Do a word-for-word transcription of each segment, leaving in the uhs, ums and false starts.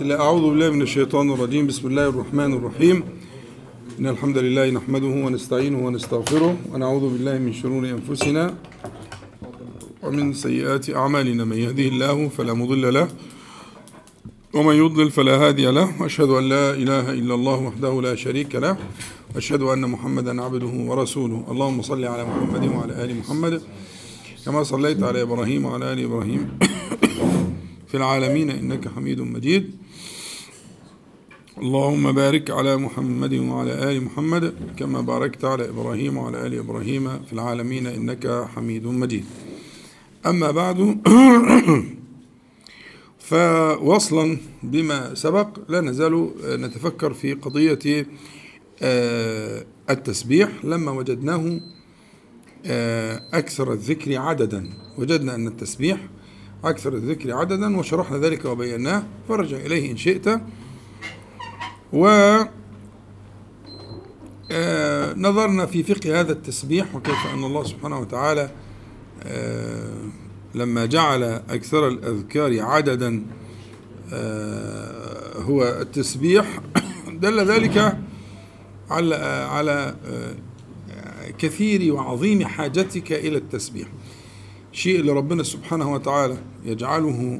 أعوذ بالله من الشيطان الرجيم. بسم الله الرحمن الرحيم. إن الحمد لله نحمده ونستعينه ونستغفره ونعوذ بالله من شرور أنفسنا ومن سيئات أعمالنا. من يهده الله فلا مضل له ومن يضلل فلا هادي له، وأشهد أن لا إله إلا الله وحده لا شريك له، وأشهد أن محمدا عبده ورسوله. اللهم صل على محمد وعلى آل محمد كما صليت على إبراهيم وعلى آل إبراهيم في العالمين إنك حميد مجيد. اللهم بارك على محمد وعلى آل محمد كما باركت على إبراهيم وعلى آل إبراهيم في العالمين إنك حميد مجيد. أما بعد، فوصلا بما سبق لا نزال نتفكر في قضية التسبيح. لما وجدناه أكثر الذكر عددا، وجدنا أن التسبيح أكثر الذكر عددا، وشرحنا ذلك وبيناه، فرجع إليه إن شئت. ونظرنا في فقه هذا التسبيح، وكيف أن الله سبحانه وتعالى لما جعل أكثر الأذكار عددا هو التسبيح، دل ذلك على على كثير وعظيم حاجتك إلى التسبيح. شيء اللي ربنا سبحانه وتعالى يجعله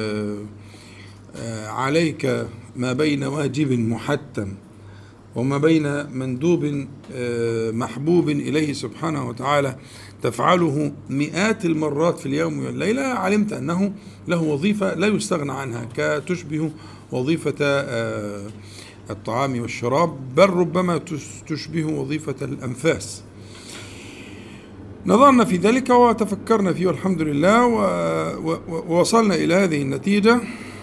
عليك ما بين واجب محتم وما بين مندوب محبوب إليه سبحانه وتعالى، تفعله مئات المرات في اليوم والليلة، علمت أنه له وظيفة لا يستغنى عنها، كتشبه وظيفة الطعام والشراب، بل ربما تشبه وظيفة الأنفاس. نظرنا في ذلك وتفكرنا فيه والحمد لله، ووصلنا إلى هذه النتيجة،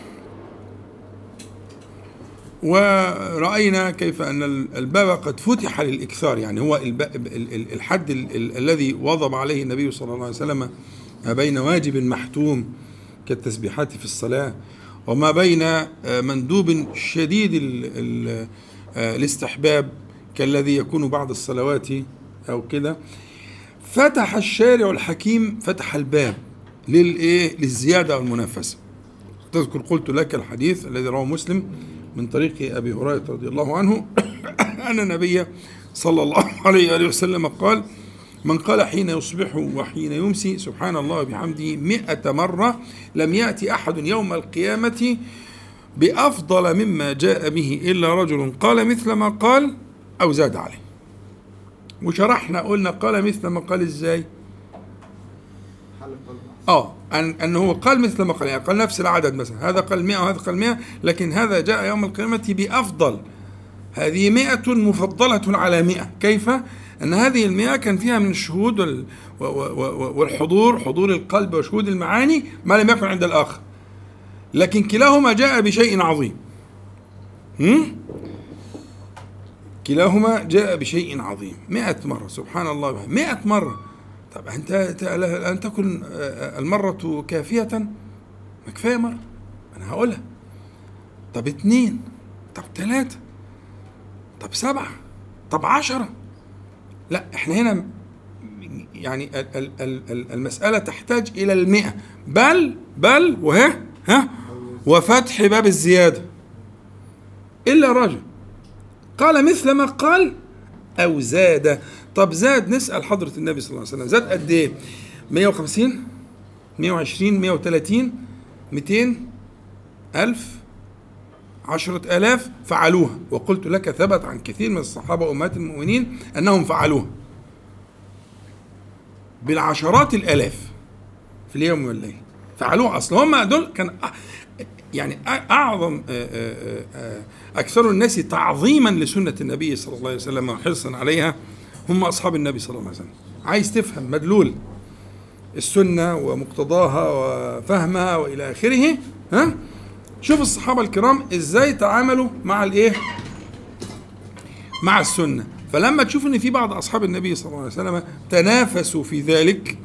ورأينا كيف أن الباب قد فتح للإكثار. يعني هو الحد الذي وضب عليه النبي صلى الله عليه وسلم ما بين واجب محتوم كالتسبيحات في الصلاة وما بين مندوب شديد الاستحباب كالذي يكون بعد الصلوات أو كده. فتح الشارع الحكيم، فتح الباب للإيه؟ للزيادة والمنافسة. تذكر قلت لك الحديث الذي رواه مسلم من طريق أبي هريرة رضي الله عنه أن النبي صلى الله عليه وسلم قال: من قال حين يصبح وحين يمسي سبحان الله وبحمده مئة مرة لم يأتي أحد يوم القيامة بأفضل مما جاء به إلا رجل قال مثل ما قال أو زاد عليه. وشرحنا قلنا قال مثل ما قال إزاي؟ آه أن أنه هو قال مثل ما قال، يعني قال نفس العدد، مثلا هذا قال مئة وهذا قال مئة، لكن هذا جاء يوم القيامة بأفضل. هذه مئة مفضلة على مئة. كيف؟ أن هذه المئة كان فيها من الشهود والحضور، حضور القلب وشهود المعاني، ما لم يكن عند الآخر، لكن كلاهما جاء بشيء عظيم. هم؟ كلاهما جاء بشيء عظيم. مئة مرة سبحان الله، مئة مرة. طب أنت أن تكن المرة كافية؟ ما كفاية مرة، أنا هقولها. طب اثنين، طب ثلاثة، طب سبعة، طب عشرة. لا، احنا هنا يعني المسألة تحتاج إلى المئة، بل بل وها ها وفتح باب الزيادة. إلا رجل قال مثل ما قال أو زاد. طب زاد، نسأل حضرة النبي صلى الله عليه وسلم، زاد قد إيه؟ مئة وخمسين، مئة وعشرين، مئة وثلاثين، مئتين، ألف، عشرة آلاف فعلوها. وقلت لك ثبت عن كثير من الصحابة وأمهات المؤمنين أنهم فعلوها بالعشرات الآلاف في اليوم والليل، فعلوها. أصلا هم دول كان يعني أعظم أكثر الناس تعظيما لسنة النبي صلى الله عليه وسلم وحرصا عليها هم أصحاب النبي صلى الله عليه وسلم. عايز تفهم مدلول السنة ومقتضاها وفهمها وإلى آخره، ها؟ شوف الصحابة الكرام إزاي تعاملوا مع الإيه؟ مع السنة. فلما تشوف إن في بعض أصحاب النبي صلى الله عليه وسلم تنافسوا في ذلك،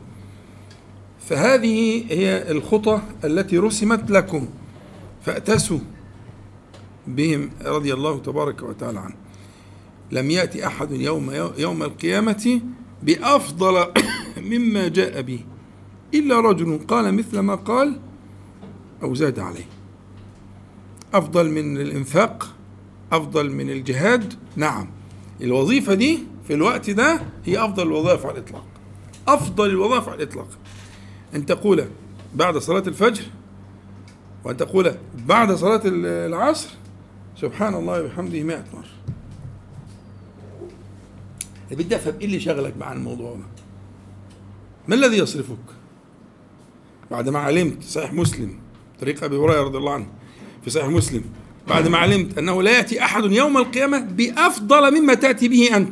فهذه هي الخطى التي رسمت لكم، فأتسوا بهم رضي الله تبارك وتعالى عنه. لم يأتي أحد يوم يوم القيامة بأفضل مما جاء به إلا رجل قال مثل ما قال أو زاد عليه. أفضل من الإنفاق، أفضل من الجهاد. نعم، الوظيفة دي في الوقت ده هي أفضل الوظائف على الإطلاق، أفضل الوظائف على الإطلاق. أن تقول بعد صلاة الفجر، وأن تقول بعد صلاة العصر سبحان الله وبحمده مائة مرة. بدي أفهم إيه اللي شغلك مع الموضوع ده؟ ما الذي يصرفك؟ بعد ما علمت صحيح مسلم طريق أبي هريرة رضي الله عنه في صحيح مسلم، بعد ما علمت أنه لا يأتي أحد يوم القيامة بأفضل مما تأتي به أنت،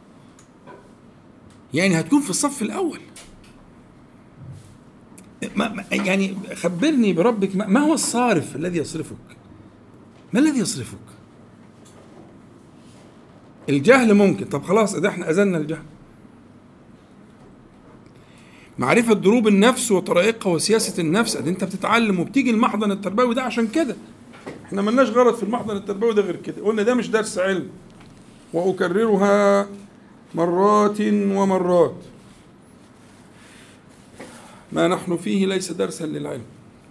يعني هتكون في الصف الأول. ما يعني خبرني بربك، ما هو الصارف الذي يصرفك؟ ما الذي يصرفك؟ الجهل ممكن، طب خلاص إذا احنا أزلنا الجهل. معرفة دروب النفس وطرائقها وسياسة النفس، أدي أنت بتتعلم وبتيجي المحضن التربوي ده عشان كده. احنا ملناش غرض في المحضن التربوي ده غير كده، قلنا ده مش درس علم، وأكررها مرات ومرات، ما نحن فيه ليس درسا للعلم.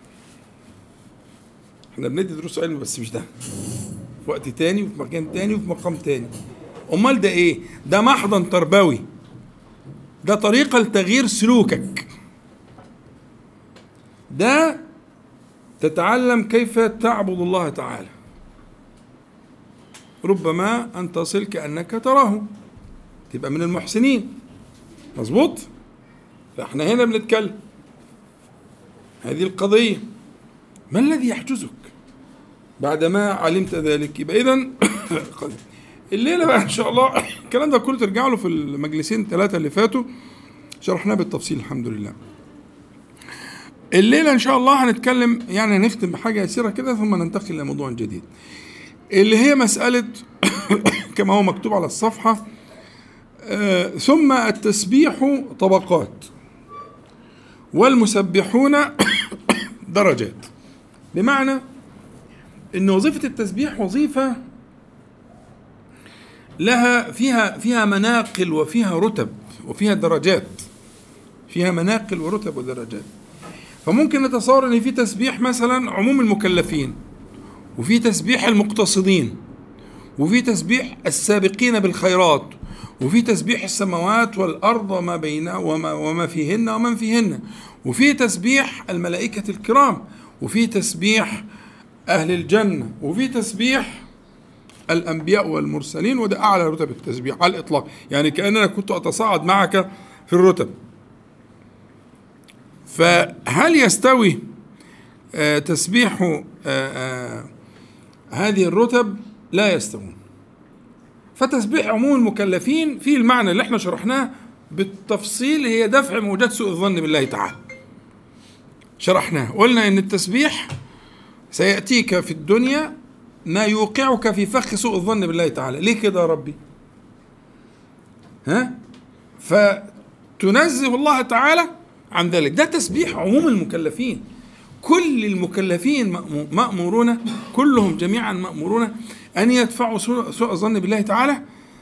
احنا بندي دروس علم بس مش ده، في وقت تاني وفي مكان تاني وفي مقام تاني. امال ده ايه؟ ده محضن تربوي، ده طريقة لتغيير سلوكك، ده تتعلم كيف تعبد الله تعالى. ربما أن تصل كأنك تراه، تبقى من المحسنين، مظبوط؟ فاحنا هنا بنتكلم هذه القضية، ما الذي يحجزك بعدما علمت ذلك؟ يبقى إذن الليلة بقى إن شاء الله الكلام ده كله ترجع له في المجلسين ثلاثة اللي فاتوا، شرحناه بالتفصيل الحمد لله. الليلة إن شاء الله هنتكلم، يعني هنختم بحاجة يسيرة كده ثم ننتقل إلى موضوع جديد، اللي هي مسألة كما هو مكتوب على الصفحة، آه ثم التسبيح طبقات والمسبحون درجات. بمعنى إن وظيفة التسبيح وظيفة لها فيها فيها مناقل وفيها رتب وفيها درجات، فيها مناقل ورتب ودرجات. فممكن نتصور ان في تسبيح مثلا عموم المكلفين، وفي تسبيح المقتصدين، وفي تسبيح السابقين بالخيرات، وفي تسبيح السماوات والارض وما بينها وما, وما فيهن ومن فيهن، وفي تسبيح الملائكة الكرام، وفي تسبيح اهل الجنة، وفي تسبيح الانبياء والمرسلين، وده اعلى رتب التسبيح على الاطلاق، يعني كأننا كنت اتصاعد معك في الرتب. فهل يستوي تسبيح هذه الرتب؟ لا يستوون. فتسبيح عموم المكلفين فيه المعنى اللي احنا شرحناه بالتفصيل، هي دفع موجات سوء الظن بالله تعالى. شرحناه، قلنا ان التسبيح سيأتيك في الدنيا ما يوقعك في فخ سوء الظن بالله تعالى. ليه كده يا ربي؟ ها؟ فتنزه الله تعالى عن ذلك. ده تسبيح عموم المكلفين، كل المكلفين مأمورون، كلهم جميعا مأمورون أن يدفعوا سوء الظن بالله تعالى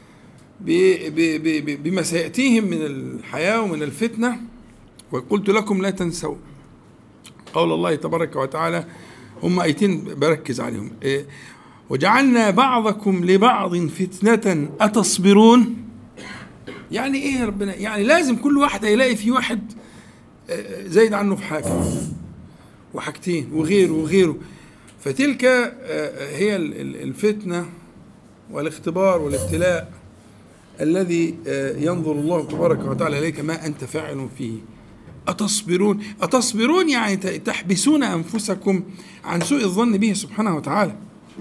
بما سيأتيهم من الحياة ومن الفتنة. وقلت لكم لا تنسوا قول الله تبارك وتعالى، هم آيتين بركز عليهم، وجعلنا بعضكم لبعض فتنة أتصبرون. يعني إيه يا ربنا؟ يعني لازم كل واحد يلاقي في واحد زايد عنه في حاجة وحاجتين وغيره وغيره. فتلك هي الفتنة والاختبار والابتلاء الذي ينظر الله تبارك وتعالى إليك ما أنت فاعل فيه. أتصبرون، أتصبرون يعني تحبسون أنفسكم عن سوء الظن به سبحانه وتعالى.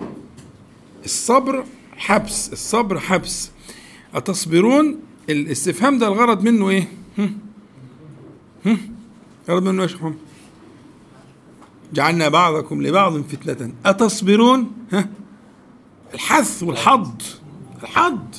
الصبر حبس، الصبر حبس. أتصبرون الاستفهام ده الغرض منه إيه؟ هم؟ هم؟ الغرض منه إيش هم؟ جعلنا بعضكم لبعض فتنة أتصبرون. ها؟ الحث والحض، الحض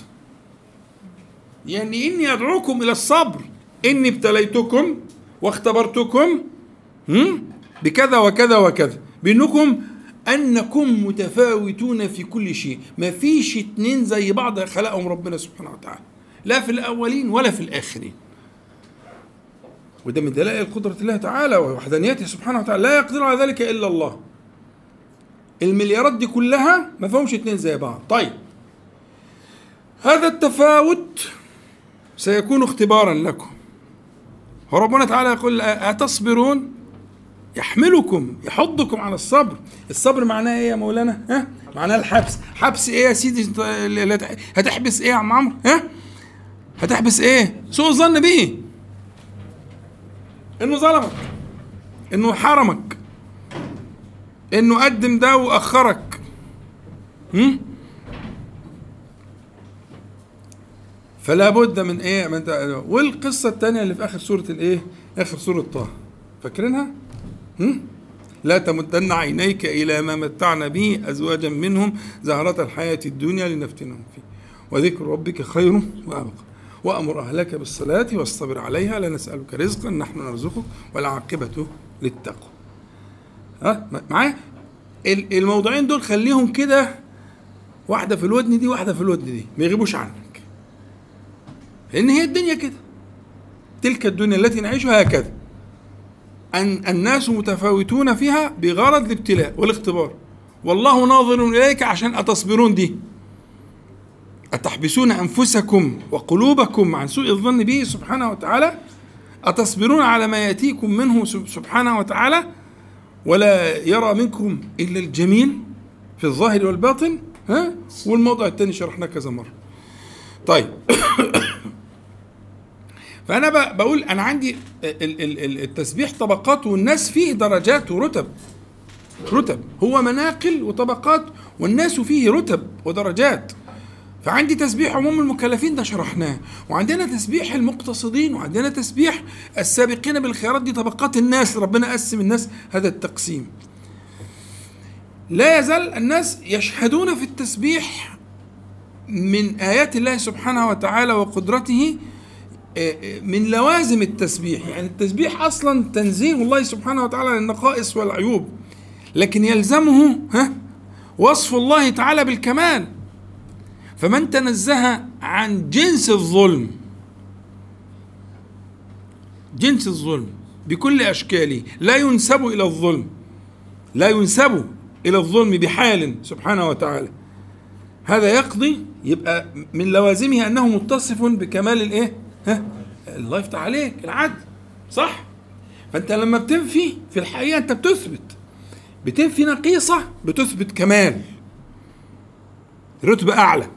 يعني إني أدعوكم إلى الصبر، إني ابتليتكم واختبرتكم بكذا وكذا وكذا، بأنكم أنكم متفاوتون في كل شيء، ما فيش اتنين زي بعض خلقهم ربنا سبحانه وتعالى، لا في الأولين ولا في الآخرين. وده من دلائل قدرة الله تعالى ووحدانيته سبحانه وتعالى، لا يقدر على ذلك إلا الله. المليارات دي كلها ما فيهمش اتنين زي بعض. طيب هذا التفاوت سيكون اختبارا لكم. وربنا تعالى يقول أتصبرون يحملكم يحضكم على الصبر. الصبر معناه ايه يا مولانا؟ ها؟ معناه الحبس. حبس ايه يا سيدي؟ هتحبس ايه يا عم عمرو؟ ها؟ هتحبس ايه؟ سوء الظن به، انه ظلمك، انه حرمك، انه قدم ده واخرك. هم؟ فلا بد من ايه؟ من ده. والقصه الثانيه اللي في اخر سوره الايه؟ اخر سوره طه، فاكرينها؟ هم؟ لا تمدن عينيك الى ما متعنا به ازواجا منهم زهرة الحياه الدنيا لنفتنهم فيه وذكر ربك خير وابقى وامر اهلك بالصلاه واصطبر عليها لا نسالك رزقا نحن نرزقك والعاقبه للتقوى. ها معايا؟ الموضوعين دول خليهم كده، واحده في الودن دي واحده في الودن دي، ما يغيبوش عنك، لان هي الدنيا كده. تلك الدنيا التي نعيشها هكذا، أن الناس متفاوتون فيها بغرض الابتلاء والاختبار، والله ناظر إليك عشان أتصبرون دي. أتحبسون أنفسكم وقلوبكم عن سوء الظن به سبحانه وتعالى؟ أتصبرون على ما يأتيكم منه سبحانه وتعالى ولا يرى منكم إلا الجميل في الظاهر والباطن؟ ها؟ والموضوع الثاني شرحناه كذا مرة. طيب فأنا بقول أنا عندي التسبيح طبقات، والناس فيه درجات ورتب. رتب هو مناقل وطبقات، والناس فيه رتب ودرجات. فعندي تسبيح عموم المكلفين ده شرحناه، وعندنا تسبيح المقتصدين، وعندنا تسبيح السابقين بالخيرات، دي طبقات الناس. ربنا قسم الناس هذا التقسيم. لا يزال الناس يشهدون في التسبيح من آيات الله سبحانه وتعالى وقدرته، من لوازم التسبيح. يعني التسبيح أصلا تنزيه الله سبحانه وتعالى للنقائص والعيوب، لكن يلزمه ها وصف الله تعالى بالكمال. فمن تنزه عن جنس الظلم، جنس الظلم بكل أشكاله، لا ينسب إلى الظلم، لا ينسب إلى الظلم بحال سبحانه وتعالى، هذا يقضي يبقى من لوازمه أنه متصف بكمال الإيه؟ ها؟ الله يفتح عليك، العدل، صح؟ فأنت لما بتنفي في الحقيقة أنت بتثبت، بتنفي نقيصة بتثبت كمال، رتبة أعلى،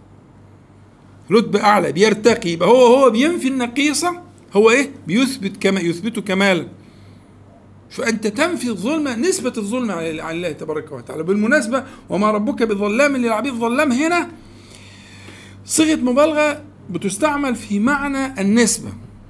رتبة أعلى، بيرتقي. يبقى هو هو بينفي النقيصة، هو إيه؟ بيثبت كما يثبته كمالا. فأنت تنفي الظلم، نسبة الظلم على الله تبارك وتعالى. بالمناسبة وما ربك بظلام للعبيد، ظلام هنا صيغة مبالغة بتستعمل في معنى النسبة،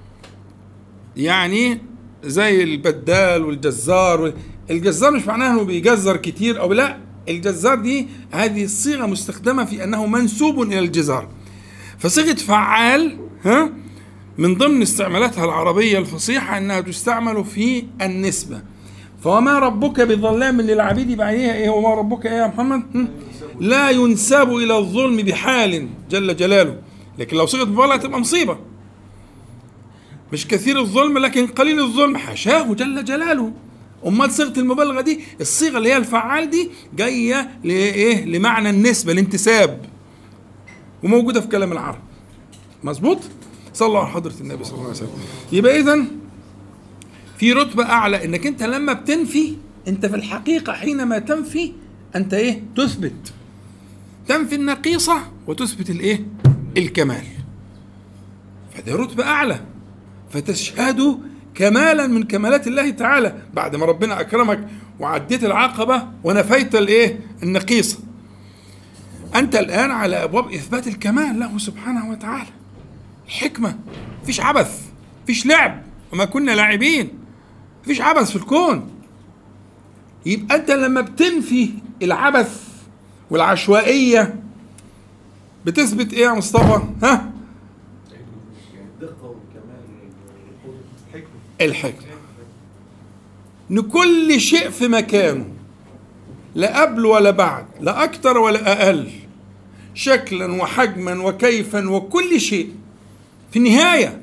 يعني زي البدال والجزار. الجزار مش معناه انه بيجزر كتير او لا، الجزار دي هذه الصيغة مستخدمة في انه منسوب الى الجزار. فصيغة فعال ها من ضمن استعمالاتها العربية الفصيحة انها تستعمل في النسبة. فوما ربك بظلام للعبيد يبقى عليها ايه؟ وما ربك ايه يا محمد؟ لا ينسب الى الظلم بحال جل جلاله. لكن لو صيغة مبالغة تبقى مصيبة، مش كثير الظلم لكن قليل الظلم، حاشاه جل جلاله. امال صيغة المبالغة دي، الصيغة اللي هي الفعال دي، جاية لايه؟ لمعنى النسبة، الانتساب، وموجودة في كلام العرب. مظبوط؟ صلى الله على حضرة النبي صلى الله عليه وسلم. يبقى اذن في رتبة اعلى، انك انت لما بتنفي، انت في الحقيقة حينما تنفي انت ايه؟ تثبت، تنفي النقيصة وتثبت الايه؟ الكمال. فده رتبة اعلى، فتشهد كمالا من كمالات الله تعالى بعد ما ربنا اكرمك وعديت العقبة ونفيت الايه؟ النقيصة. انت الان على ابواب اثبات الكمال له سبحانه وتعالى. الحكمة، فيش عبث، فيش لعب، وما كنا لاعبين، فيش عبث في الكون. يبقى انت لما بتنفي العبث والعشوائية بتثبت ايه يا مصطفى؟ ها؟ الحكمة، ان كل شيء في مكانه، لا قبل ولا بعد، لا اكتر ولا اقل، شكلا وحجما وكيفا، وكل شيء في النهاية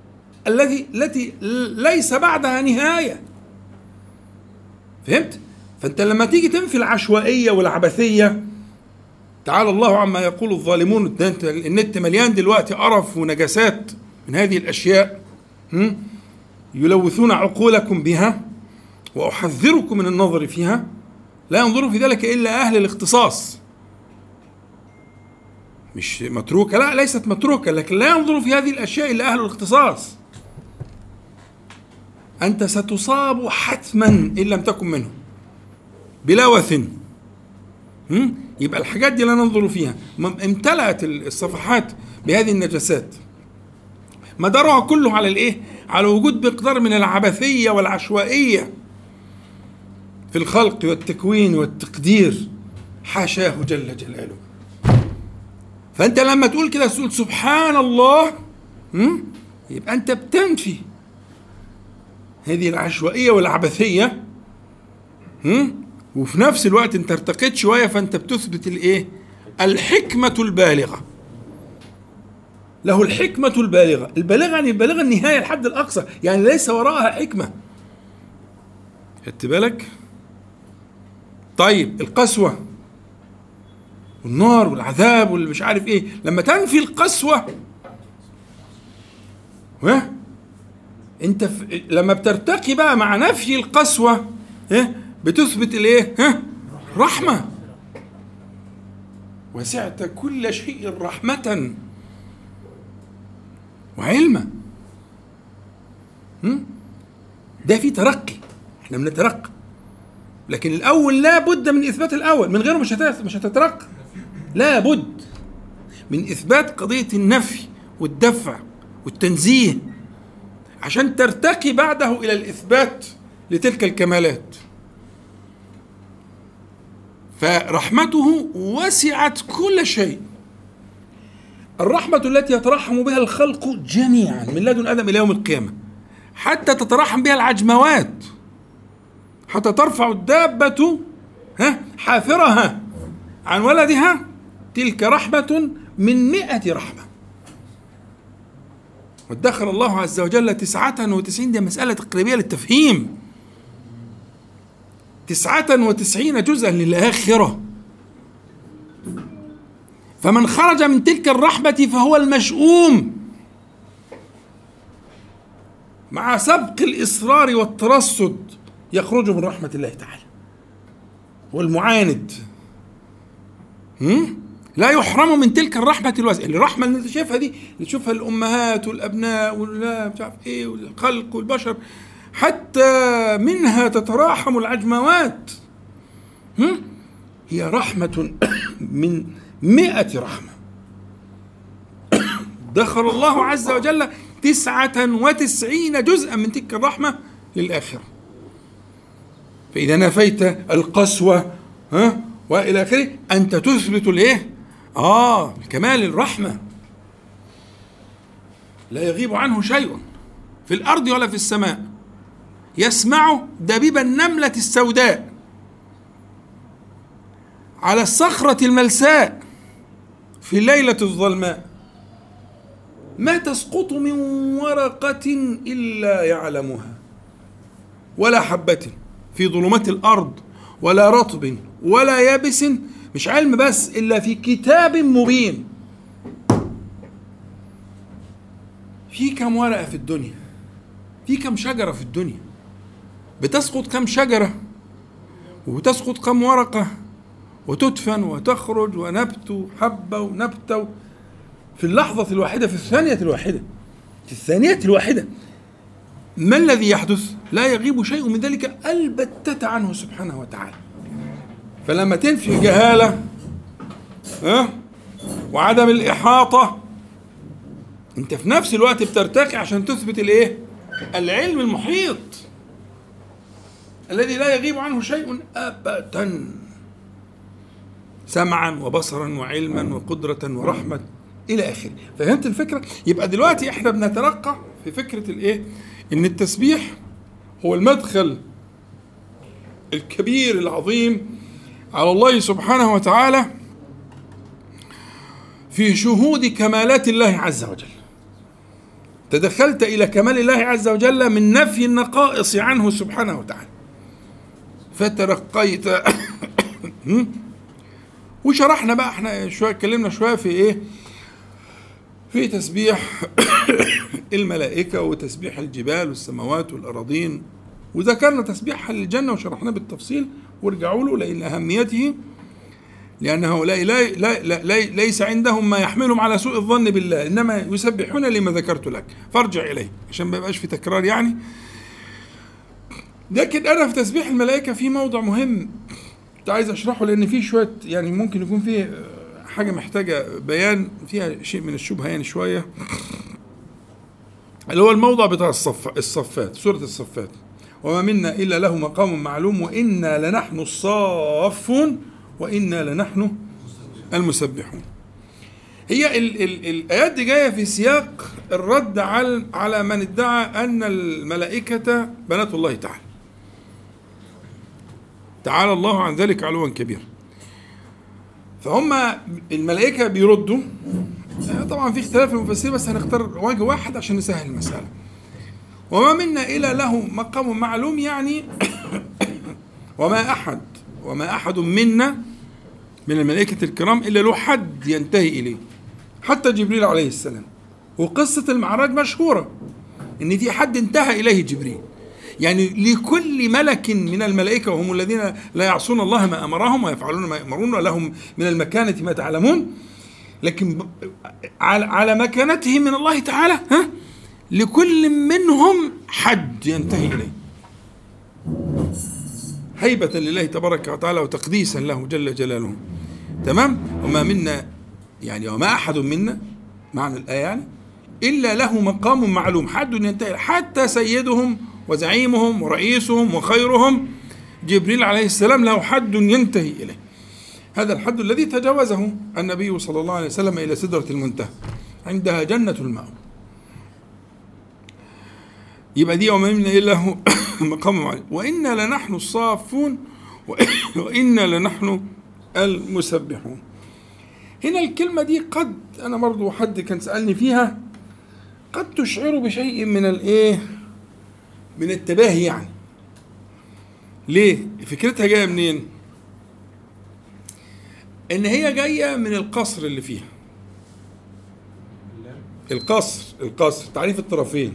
الذي التي ليس بعدها نهاية. فهمت؟ فأنت لما تيجي تنفي العشوائية والعبثية، تعالى الله عما يقول الظالمون. النت مليان دلوقتي قرف ونجاسات من هذه الأشياء يلوثون عقولكم بها، وأحذركم من النظر فيها. لا ينظر في ذلك إلا أهل الاختصاص، مش متروكة، لا ليست متروكة، لكن لا ينظر في هذه الأشياء إلا أهل الاختصاص. أنت ستصاب حتما إن لم تكن منه بلوث. يبقى الحاجات دي لا ننظر فيها. امتلأت الصفحات بهذه النجاسات، مدارها كله على الايه؟ على وجود مقدار من العبثية والعشوائية في الخلق والتكوين والتقدير، حاشاه جل جلاله. فأنت لما تقول كده تقول سبحان الله، يبقى أنت بتنفي هذه العشوائية والعبثية، وفي نفس الوقت انت ارتقيت شوية، فانت بتثبت الايه؟ الحكمة البالغة. له الحكمة البالغة. البالغة يعني البالغة النهاية، الحد الأقصى، يعني ليس وراءها حكمة. خدت بالك؟ طيب القسوة والنار والعذاب والمش عارف ايه، لما تنفي القسوة ها انت ف... لما بترتقي بقى مع نفي القسوة ها بتثبت الايه؟ ها رحمة. وسعت كل شيء رحمة وعلما. ده في ترقي، احنا بنترقى، لكن الاول لا بد من اثبات الاول، من غيره مش مش هتترقى. لا بد من اثبات قضية النفي والدفع والتنزيه عشان ترتقي بعده الى الاثبات لتلك الكمالات. فرحمته وسعت كل شيء. الرحمة التي يترحم بها الخلق جميعا من لدن آدم إلى يوم القيامة، حتى تترحم بها العجموات، حتى ترفع الدابة ها حافرها عن ولدها، تلك رحمة من مئة رحمة. وادخر الله عز وجل تسعة وتسعين، دي مسألة تقريبية للتفهيم، تسعة وتسعين جزءا للآخرة. فمن خرج من تلك الرحمة فهو المشؤوم، مع سبق الإصرار والترصد يخرج من رحمة الله تعالى. والمعاند لا يحرم من تلك الرحمة الواسعة. الرحمة اللي انت شايفها دي، اللي تشوفها الأمهات والأبناء ولا مش عارف ايه والخلق والبشر، حتى منها تتراحم العجموات، هي رحمة من مئة رحمة. دخل الله عز وجل تسعة وتسعين جزءا من تلك الرحمة للآخرة. فإذا نفيت القسوة ها وإلى آخره، أنت تثبت الإيه؟ آه كمال الرحمة، لا يغيب عنه شيء في الأرض ولا في السماء. يسمع دبيب النملة السوداء على الصخرة الملساء في الليلة الظلماء، ما تسقط من ورقة إلا يعلمها، ولا حبة في ظلمات الأرض، ولا رطب ولا يابس، مش علم بس، إلا في كتاب مبين. في كم ورقة في الدنيا؟ في كم شجرة في الدنيا؟ بتسقط كم شجرة وتسقط كم ورقة وتدفن وتخرج، ونبت حبة ونبتة في اللحظة الواحدة، في الثانية الواحدة، في الثانية الواحدة. ما الذي يحدث؟ لا يغيب شيء من ذلك البتة عنه سبحانه وتعالى. فلما تنفي الجهالة ها وعدم الإحاطة، انت في نفس الوقت بترتقي عشان تثبت الايه؟ العلم المحيط الذي لا يغيب عنه شيء أبدا، سمعا وبصرا وعلما وقدرة ورحمة إلى آخره. فهمت الفكرة؟ يبقى دلوقتي احنا بنترقى في فكرة الايه؟ ان التسبيح هو المدخل الكبير العظيم على الله سبحانه وتعالى في شهود كمالات الله عز وجل. تدخلت إلى كمال الله عز وجل من نفي النقائص عنه سبحانه وتعالى، فترقيت. وشرحنا بقى احنا شويه، اتكلمنا شويه في ايه، في تسبيح الملائكه وتسبيح الجبال والسماوات والاراضين، وذكرنا تسبيح الجنه وشرحناه بالتفصيل، وارجعوا له لان اهميته، لان هؤلاء لا لا لا ليس عندهم ما يحملهم على سوء الظن بالله، انما يسبحون لما ذكرت لك، فارجع اليه عشان ما يبقاش في تكرار يعني. لكن انا في تسبيح الملائكه في موضع مهم كنت عايز اشرحه، لان فيه شويه يعني ممكن يكون فيه حاجه محتاجه بيان، فيها شيء من الشبهه يعني شويه، اللي هو الموضع بتاع الصف الصفات، سوره الصفات، وما منا الا له مقام معلوم وانا لنحن الصافون وانا لنحن المسبحون. هي ال ال الايات دي جايه في سياق الرد على على من ادعى ان الملائكه بنات الله تعالى. تعالى الله عن ذلك علوا كبيرا. فهم الملائكه بيردوا، طبعا في اختلاف المفسرين بس هنختار وجه واحد عشان نسهل المساله. وما منا الا له مقام معلوم، يعني وما احد وما احد منا من الملائكه الكرام الا له حد ينتهي اليه، حتى جبريل عليه السلام. وقصه المعراج مشهوره ان في حد انتهى اليه جبريل، يعني لكل ملك من الملائكه، وهم الذين لا يعصون الله ما امرهم ويفعلون ما يؤمرون ولهم من المكانه ما تعلمون، لكن على مكانته من الله تعالى ها لكل منهم حد ينتهي اليه، هيبة لله تبارك وتعالى وتقديسا له جل جلاله. تمام. وما منا يعني وما أحد منا معنى الآية يعني إلا له مقام معلوم، حد ينتهي، حتى سيدهم وزعيمهم ورئيسهم وخيرهم جبريل عليه السلام له حد ينتهي إليه. هذا الحد الذي تجاوزه النبي صلى الله عليه وسلم إلى سدرة المنتهى عندها جنة المأوى. يبقى دي وما منا إلا له مقام معلوم وإنا لنحن الصافون وإنا لنحن المسبحون. هنا الكلمة دي قد أنا برضو حد كان سألني فيها، قد تشعر بشيء من الإيه، من التباهي يعني. ليه؟ فكرتها جاية منين؟ إن هي جاية من القصر اللي فيها. القصر القصر تعريف الطرفين،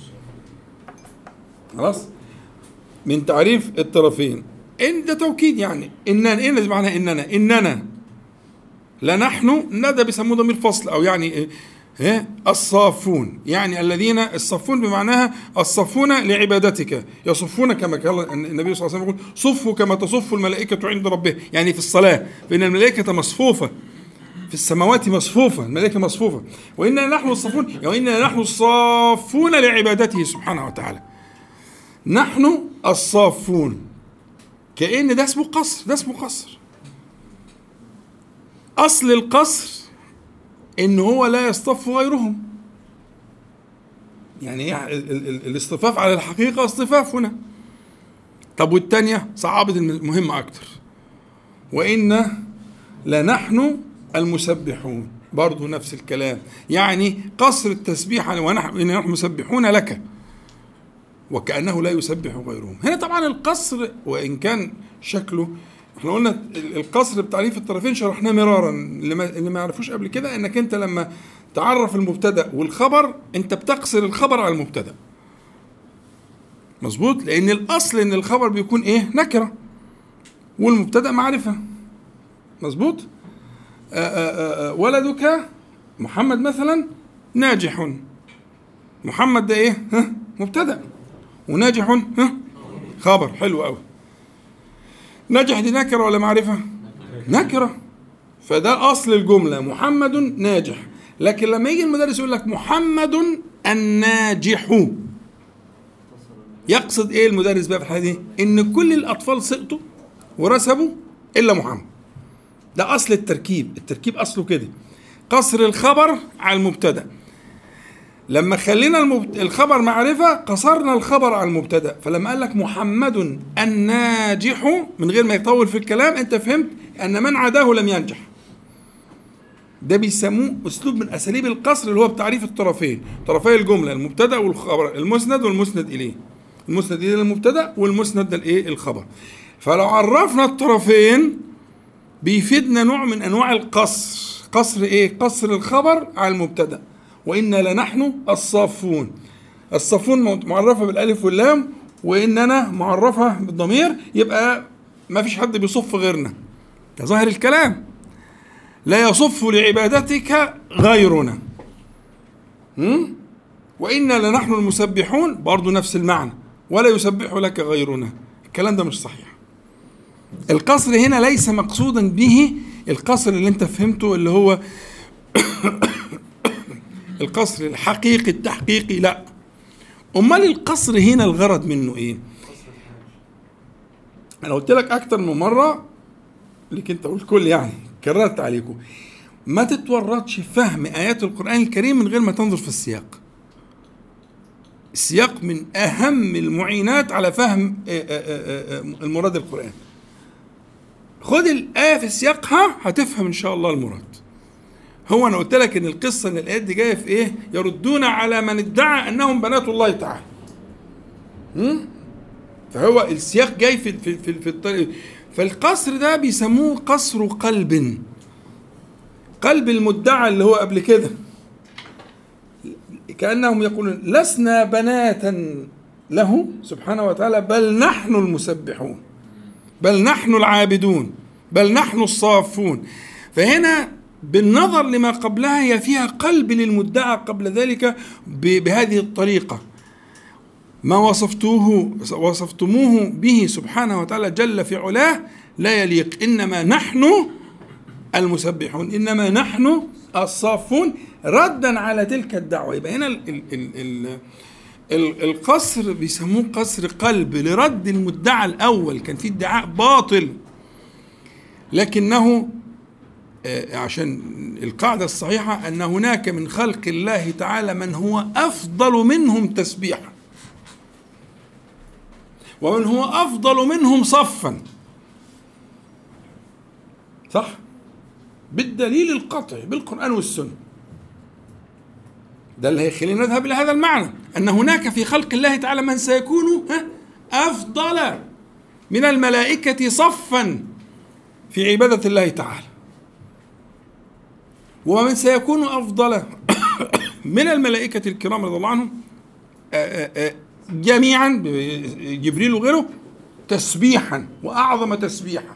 خلاص، من تعريف الطرفين. إن ده توكيد يعني إننا، إن معناها إننا إننا لنحن، ده بيسموه ضمير فصل أو يعني إيه الصافون، يعني الذين الصفون بمعناها الصفون لعبادتك، يصفون كما قال النبي صلى الله عليه وسلم يقول صفوا كما تصف الملائكة عند ربه، يعني في الصلاة، فإن الملائكة مصفوفة في السماوات مصفوفة، الملائكة مصفوفة، وإننا نحن الصفون وإننا نحن الصافون لعبادته سبحانه وتعالى. نحن الصافون، كأن ده اسمه قصر، ده اسمه قصر. أصل القصر إن هو لا يصطف غيرهم، يعني الاصطفاف على الحقيقة اصطفاف هنا. طب والتانية صعبت المهمة أكتر، وإن لنحن المسبحون، برضو نفس الكلام، يعني قصر التسبيح ونحن مسبحون لك وكأنه لا يسبح غيرهم. هنا طبعا القصر وإن كان شكله، احنا قلنا القصر بتعريف الطرفين شرحناه مرارا، اللي ما يعرفوش قبل كده انك انت لما تعرف المبتدأ والخبر انت بتقصر الخبر على المبتدأ، مظبوط، لان الاصل ان الخبر بيكون ايه، نكرة، والمبتدأ معرفة، مظبوط. ولدك محمد مثلا ناجح، محمد ده ايه، ها مبتدأ، وناجح ها خبر، حلو قوي. ناجح دي نكرة ولا معرفة؟ نكرة، فده أصل الجملة محمد ناجح. لكن لما يجي المدرس يقول لك محمد الناجح، يقصد إيه المدرس بقى في الحالة دي؟ إن كل الأطفال سقطوا ورسبوا إلا محمد. ده أصل التركيب، التركيب أصله كده، قصر الخبر على المبتدأ. لما خلينا المبت... الخبر معرفة قصرنا الخبر على المبتدأ، فلما قال لك محمد الناجح من غير ما يطول في الكلام انت فهمت ان من عداه لم ينجح. ده بيسموه اسلوب من اساليب القصر اللي هو بتعريف الطرفين، طرفي الجملة، المبتدأ والخبر، المسند والمسند اليه، المسند اليه المبتدأ والمسند الايه الخبر. فلو عرفنا الطرفين بيفيدنا نوع من أنواع القصر. قصر إيه؟ قصر الخبر على المبتدأ، وإنا لنحن الصافون. الصافون معرفة بالألف واللام، وإننا معرفة بالضمير، يبقى ما فيش حد بيصف غيرنا، كظاهر الكلام. لا يصف لعبادتك غيرنا. هم؟ وإنا لنحن المسبحون، برضو نفس المعنى، ولا يسبح لك غيرنا. الكلام ده مش صحيح. القصر هنا ليس مقصودا به القصر اللي انت فهمته، اللي هو القصر الحقيقي التحقيقي، لا. امال القصر هنا الغرض منه ايه؟ انا قلت لك اكتر من مره، لك انت والكل يعني كررت عليكم، ما تتورطش فهم ايات القران الكريم من غير ما تنظر في السياق. السياق من اهم المعينات على فهم المراد القرآن. خد الآية في سياقها هتفهم إن شاء الله المراد. هو أنا قلت لك إن القصة إن الآيات دي جاية في إيه؟ يردون على من ادعى أنهم بنات الله تعالى. فهو السياق جاي في في في, في الطريق. فالقصر ده بيسموه قصر قلب. قلب المدعى اللي هو قبل كده، كأنهم يقولون لسنا بناتا له سبحانه وتعالى، بل نحن المسبحون، بل نحن العابدون، بل نحن الصافون. فهنا بالنظر لما قبلها هي فيها قلب للمدعى قبل ذلك بهذه الطريقة. ما وصفتوه وصفتموه به سبحانه وتعالى جل في علاه لا يليق. إنما نحن المسبحون، إنما نحن الصافون، ردا على تلك الدعوة. يبقى هنا ال ال ال ال القصر بيسموه قصر قلب لرد المدعى الأول. كان في ادعاء باطل، لكنه عشان القاعدة الصحيحة أن هناك من خلق الله تعالى من هو أفضل منهم تسبيحا، ومن هو أفضل منهم صفا. صح؟ بالدليل القطعي بالقرآن والسنة. ده اللي هيخلينا نذهب إلى هذا المعنى، أن هناك في خلق الله تعالى من سيكون أفضل من الملائكة صفا في عبادة الله تعالى، ومن سيكون أفضل من الملائكة الكرام رضي الله عنهم جميعا، جبريل وغيره، تسبيحا وأعظم تسبيحا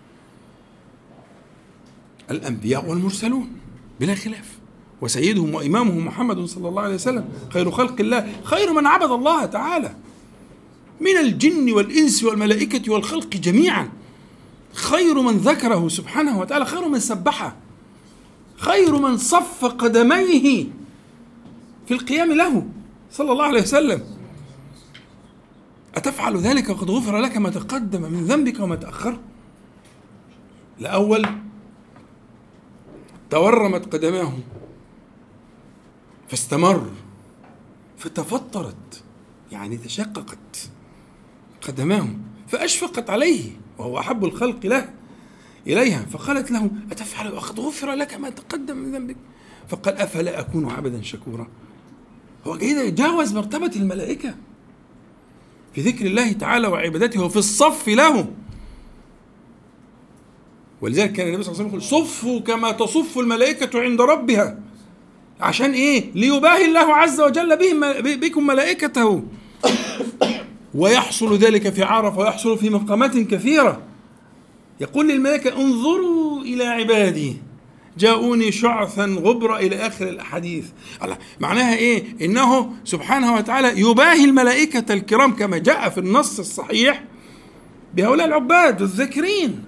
الأنبياء والمرسلون بلا خلاف، وسيدهم وإمامهم محمد صلى الله عليه وسلم خير خلق الله، خير من عبد الله تعالى من الجن والإنس والملائكة والخلق جميعا، خير من ذكره سبحانه وتعالى، خير من سبحه، خير من صف قدميه في القيام له صلى الله عليه وسلم. أتفعل ذلك وقد غفر لك ما تقدم من ذنبك وما تأخر؟ الأول تورمت قدماه فاستمر، فتفطرت يعني تشققت قدماه، فأشفقت عليه وهو أحب الخلق له إليها، فقالت له أتفعل وقد غفر لك ما تقدم من ذنبك؟ فقال أفلا أكون عبدا شكورا. هو جاوز مرتبة الملائكة في ذكر الله تعالى وعبادته وفي الصف له. ولذلك كان النبي صلى الله عليه وسلم يقول صفوا كما تصف الملائكة عند ربها. عشان إيه؟ ليباهي الله عز وجل بهم بكم ملائكته، ويحصل ذلك في عرفة ويحصل في مقامات كثيرة. يقول للملائكة انظروا إلى عبادي جاءوني شعثا غبرا إلى آخر الأحاديث. معناها إيه؟ إنه سبحانه وتعالى يباهي الملائكة الكرام كما جاء في النص الصحيح بهؤلاء العباد الذاكرين.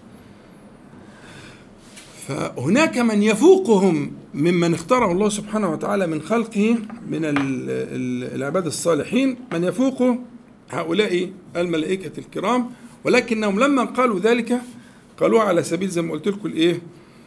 فهناك من يفوقهم ممن اختاره الله سبحانه وتعالى من خلقه من العباد الصالحين، من يفوق هؤلاء الملائكة الكرام، ولكنهم لما قالوا ذلك قالوا على سبيل زي ما قلت لكم الايه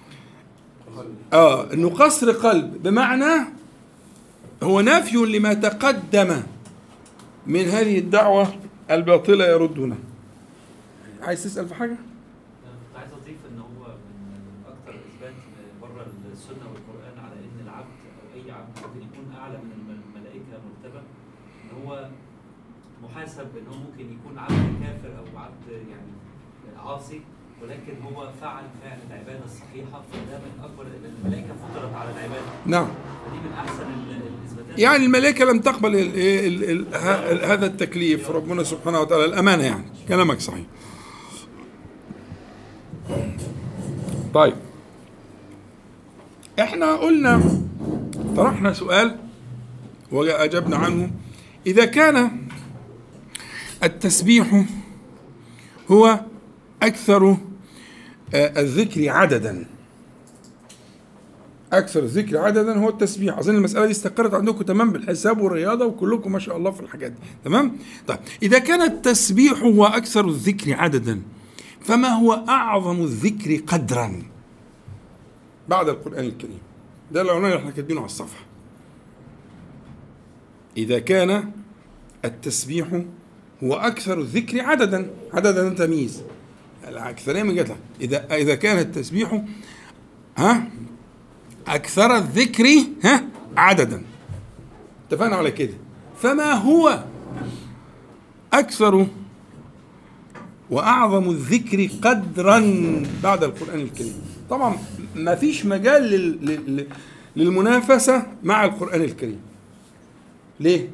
اه انه قصر قلب، بمعنى هو نفي لما تقدم من هذه الدعوة الباطلة يردونها. عايز تسأل في حاجة؟ عايز اضيف ان هو من اكثر الاثبات بره السنه والقران على ان العبد او اي عبد ممكن يكون اعلى من الملائكه مرتبه، ان هو محاسب ان هو ممكن يكون عبد كافر او عبد يعني عاصي، ولكن هو فعل فعل العباده الصحيحه، فده من اكبر الملائكه فطرت على العباده. نعم. ودي من احسن الاثباتات. يعني الملائكه لم تقبل ال ال ال ال هذا التكليف ربنا سبحانه وتعالى، الامانه. يعني كلامك صحيح. طيب احنا قلنا طرحنا سؤال وأجبنا عنه. إذا كان التسبيح هو أكثر الذكر عددا، أكثر الذكر عددا هو التسبيح. أظن المسألة دي استقرت عندكم تمام بالحساب والرياضة وكلكم ما شاء الله في الحاجات دي، تمام؟ طيب إذا كان التسبيح هو أكثر الذكر عددا، فما هو أعظم الذكر قدرا بعد القرآن الكريم؟ ده العنوان اللي احنا كاتبينه على الصفحة. إذا كان التسبيح هو أكثر الذكر عددا، عددا تمييز الأكثرية من جهة، إذا إذا كان التسبيح ها أكثر الذكر ها عددا، اتفقنا على كده، فما هو أكثر وأعظم الذكر قدرا بعد القرآن الكريم؟ طبعا ما فيش مجال لل... للمنافسة مع القرآن الكريم. ليه؟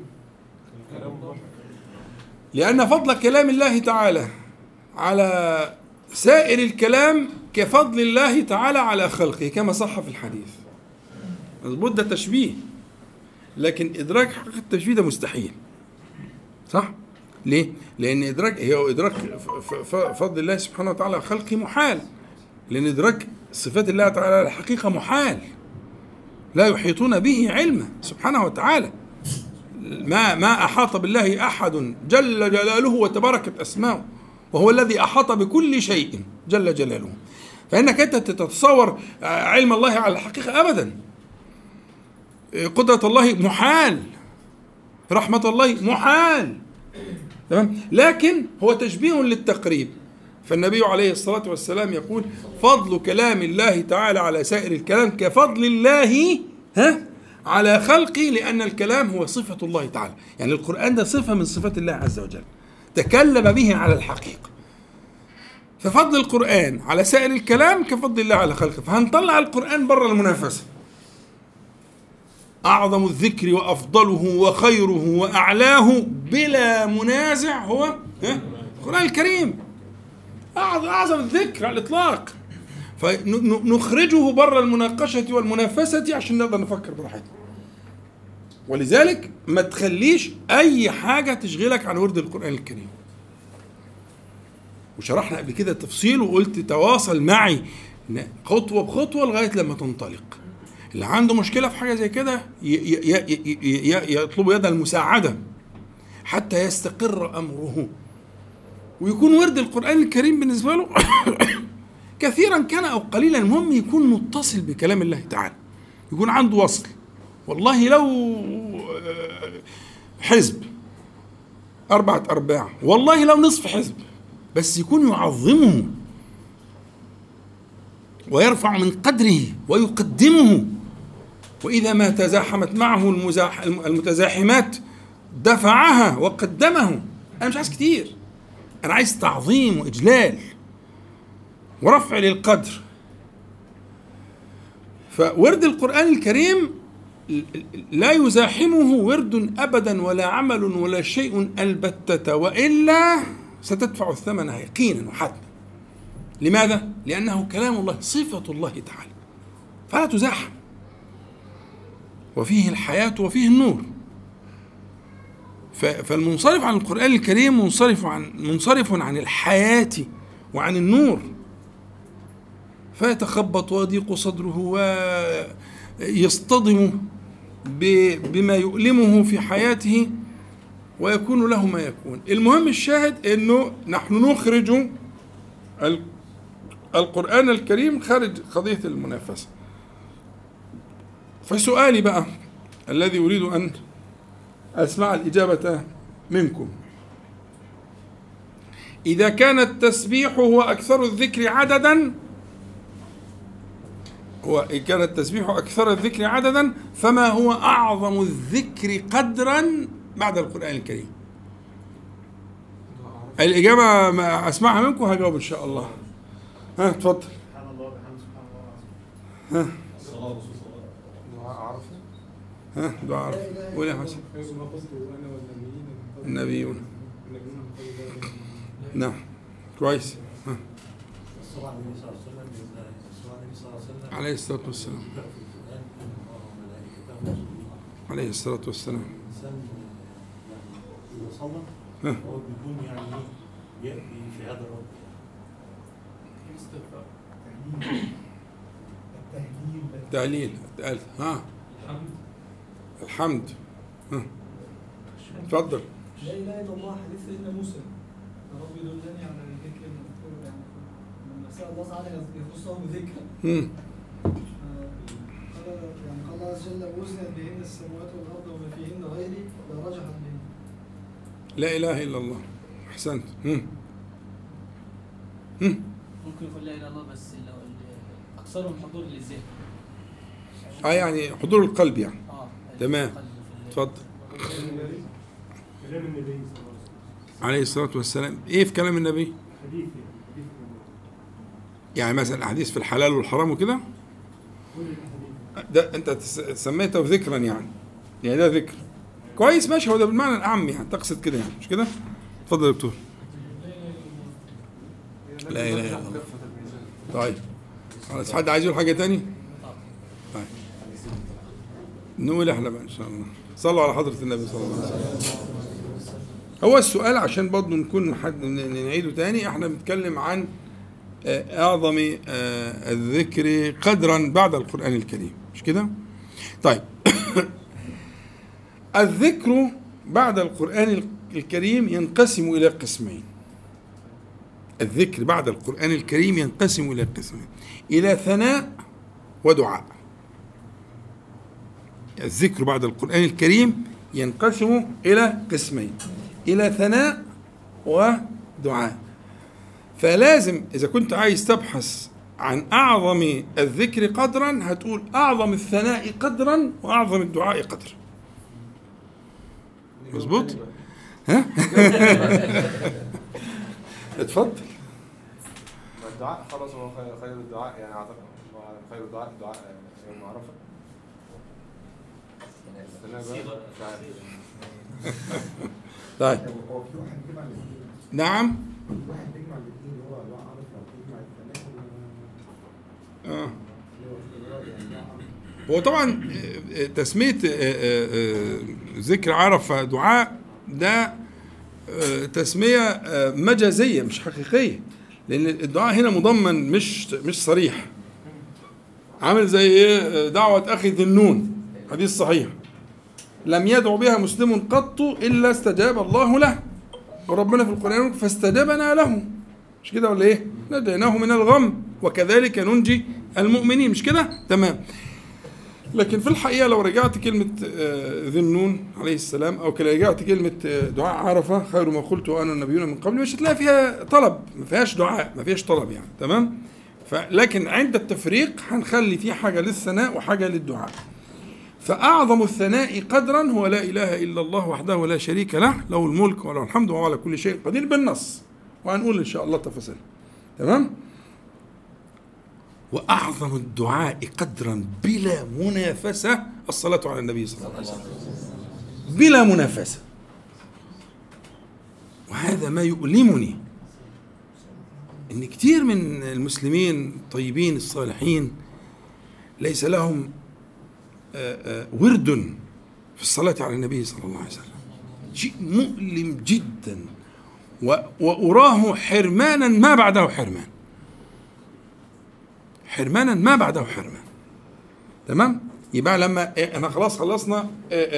لأن فضل كلام الله تعالى على سائر الكلام كفضل الله تعالى على خلقه كما صح في الحديث. مظبوط، ده تشبيه، لكن إدراك حقيقة التشبيه ده مستحيل، صح؟ ليه؟ لأن إدراك هي إدراك فضل الله سبحانه وتعالى على خلقه محال، لأن إدراك صفات الله تعالى على الحقيقة محال، لا يحيطون به علما سبحانه وتعالى. ما ما أحاط بالله أحد جل جلاله وتباركت أسماؤه، وهو الذي أحاط بكل شيء جل جلاله. فإنك أنت تتصور علم الله على الحقيقة أبدا. قدرة الله محال، رحمة الله محال، تمام؟ لكن هو تشبيه للتقريب. فالنبي عليه الصلاة والسلام يقول: فضل كلام الله تعالى على سائر الكلام كفضل الله ها على خلقه، لأن الكلام هو صفة الله تعالى. يعني القرآن ده صفة من صفات الله عز وجل، تكلم به على الحقيقة. ففضل القرآن على سائر الكلام كفضل الله على خلقه. فهنطلع القرآن بره المنافسة. أعظم الذكر وأفضله وخيره وأعلاه بلا منازع هو القرآن الكريم، أعظم الذكر على الإطلاق. فنخرجه بره المناقشة والمنافسة عشان نقدر نفكر براحتنا. ولذلك ما تخليش أي حاجة تشغلك عن ورد القرآن الكريم. وشرحنا قبل كده تفصيل وقلت تواصل معي خطوة بخطوة لغاية لما تنطلق. اللي عنده مشكلة في حاجة زي كده يطلب يد المساعدة حتى يستقر أمره، ويكون ورد القرآن الكريم بالنسبة له كثيرا كان أو قليلا، المهم يكون متصل بكلام الله تعالى، يكون عنده وصل. والله لو حزب أربعة أرباع، والله لو نصف حزب، بس يكون يعظمه ويرفع من قدره ويقدمه. وإذا ما تزاحمت معه المتزاحمات دفعها وقدمه. أنا مش عايز كتير، أنا عايز تعظيم وإجلال ورفع للقدر. فورد القرآن الكريم لا يزاحمه ورد أبدا ولا عمل ولا شيء البتة، وإلا ستدفع الثمن يقينا وحتما. لماذا؟ لأنه كلام الله، صفة الله تعالى، فلا تزاحم، وفيه الحياة وفيه النور. فالمنصرف عن القرآن الكريم منصرف عن منصرف عن الحياة وعن النور، فيتخبط ويضيق صدره ويصطدم بما يؤلمه في حياته ويكون له ما يكون. المهم الشاهد انه نحن نخرج القرآن الكريم خارج قضية المنافسة. فسؤالي بقى الذي أريد أن أسمع الإجابة منكم: إذا كان التسبيح هو أكثر الذكر عددا هو إذا كان التسبيح أكثر الذكر عددا فما هو أعظم الذكر قدرا بعد القرآن الكريم؟ الإجابة ما أسمعها منكم هجاوب إن شاء الله. ها اتفضل. سبحان الله وبحمده سبحان الله العظيم. ها الصلاة والرسول صلى الله عليه وسلم. دعاء عرفة. ها دعاء عرفة. قول يا حسن. النبيون. نعم كويس. ها الصلاة على النبي صلى الله عليه وسلم. الصلاة على النبي صلى الله عليه وسلم. عليه الصلاة والسلام. عليه الصلاة والسلام. الإنسان يعني إذا صلى ها هو بيكون يعني يأتي في هذا الرب. الاستغفار. تهليل. التهليل. ها الحمد. الحمد. ها اتفضل. لا اله الا الله حديث سيدنا موسى يا رب دلني على الذكر المذكور يعني لما سال الله تعالى يخصه بذكر امم قال يعني قال الله عز وجل وزنت بهن السماوات والارض وما فيهن غيري لرجحت بهن. لا اله الا الله. احسنت. هم هم ممكن يقول لا اله الا الله بس لو اكثرهم حضور للذهن. اه يعني حضور القلب يعني. اه تمام. اتفضل. كلام النبي صلى الله عليه وسلم. عليه الصلاة والسلام. ايه في كلام النبي؟ حديث يعني حديث يعني مثلا احاديث في الحلال والحرام وكده؟ ده انت تس- سميته ذكرا يعني. يعني ده ذكر. كويس ماشي، هو ده بالمعنى الاعم يعني، تقصد كده يعني مش كده؟ اتفضل يا دكتور. لا اله الا الله. طيب خلاص، حد عايز يقول حاجة تاني؟ طيب نقول احنا بقى ان شاء الله. صلوا على حضرة النبي صلى الله عليه وسلم. هو السؤال عشان برضه نكون حد نعيده تاني، احنا بنتكلم عن اعظم الذكر قدرا بعد القرآن الكريم مش كده؟ طيب الذكر بعد القرآن الكريم ينقسم إلى قسمين. الذكر بعد القرآن الكريم ينقسم إلى قسمين، إلى ثناء ودعاء. الذكر بعد القرآن الكريم ينقسم إلى قسمين، إلى ثناء ودعاء. فلازم إذا كنت عايز تبحث عن أعظم الذكر قدرا هتقول أعظم الثناء قدرا وأعظم الدعاء قدرا. مظبوط؟ ها؟ اتفضل. الدعاء خلاص هو خير الدعاء يعني اعتقد خير الدعاء دعاء يوم عرفه. طيب نعم. آه. هو طبعا تسمية ذكر عرفة دعاء ده تسمية مجازية مش حقيقية، لأن الدعاء هنا مضمن مش مش صريح. عامل زي ايه دعوة أخي ذي النون، حديث صحيح، لم يدعو بها مسلم قط إلا استجاب الله له، وربنا في القرآن فاستجبنا له، مش كده ولا ايه؟ نجيناه من الغم وكذلك ننجي المؤمنين، مش كده؟ تمام. لكن في الحقيقة لو رجعت كلمة ذي النون عليه السلام أو رجعت كلمة دعاء عرفة خير ما قلت وأنا النبيون من قبل مش هتلاقي فيها طلب، ما فيهاش دعاء، ما فيهاش طلب يعني. تمام. لكن عند التفريق هنخلي فيه حاجة للثناء وحاجة للدعاء. فأعظم الثناء قدرا هو لا إله إلا الله وحده لا شريك له، له الملك وله الحمد وهو على كل شيء قدير بالنص، وهنقول إن شاء الله تفاصيل. تمام. وأعظم الدعاء قدرا بلا منافسة الصلاة على النبي صلى الله عليه وسلم، بلا منافسة. وهذا ما يؤلمني، إن كتير من المسلمين الطيبين الصالحين ليس لهم ورد في الصلاة على النبي صلى الله عليه وسلم. شيء مؤلم جدا، وأراه حرمانا ما بعده حرمان، حرمانا ما بعده حرمان. تمام. يبقى لما احنا خلاص خلصنا